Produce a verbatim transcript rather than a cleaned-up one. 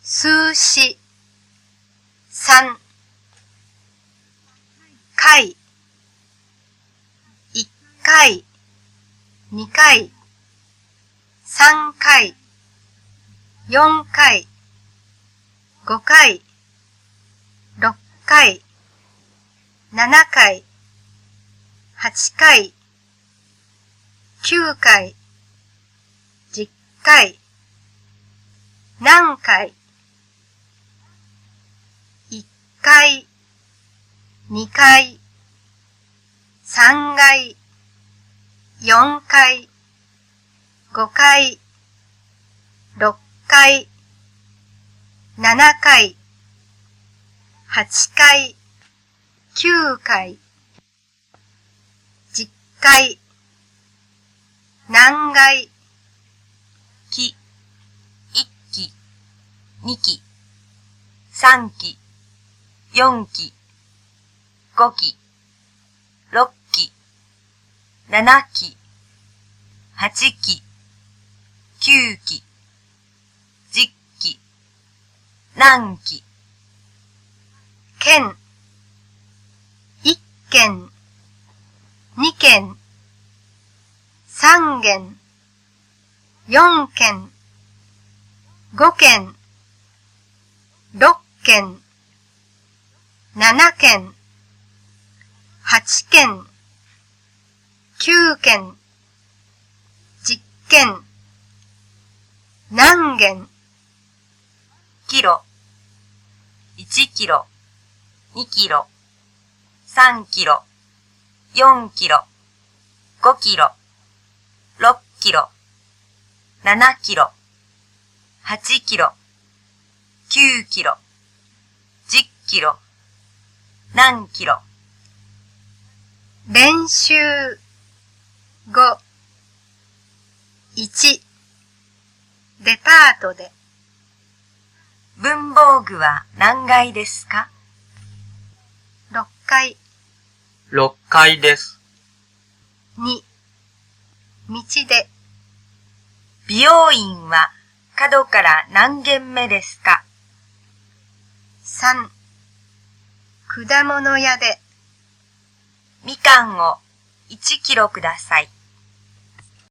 数詞、三、回、一回、二回、三回、四回、五回、六回、七回、八回、九回、十回、何回、一回、二回、三回、四回、五回、六回、七回、八回、九回、十回、何回、 期、一期、二期、三期、四期、五期、六期、七期、八期、九期、十期、何期、 件、一件、二件、三件、四件、五件、六件、七件、八件、九件、十件、何件、 キロ、いちキロ、にキロ、さんキロ、よんキロ、ごキロ、ろっキロ、ななキロ、はちキロ、きゅうキロ、じゅっキロ、何キロ。 練習ご、いち、デパートで、 文房具は何階ですか？ ろっかい、 ろっかいです。 に、道で、 美容院は角から何軒目ですか？ さん、果物屋で、 みかんをいちキロください。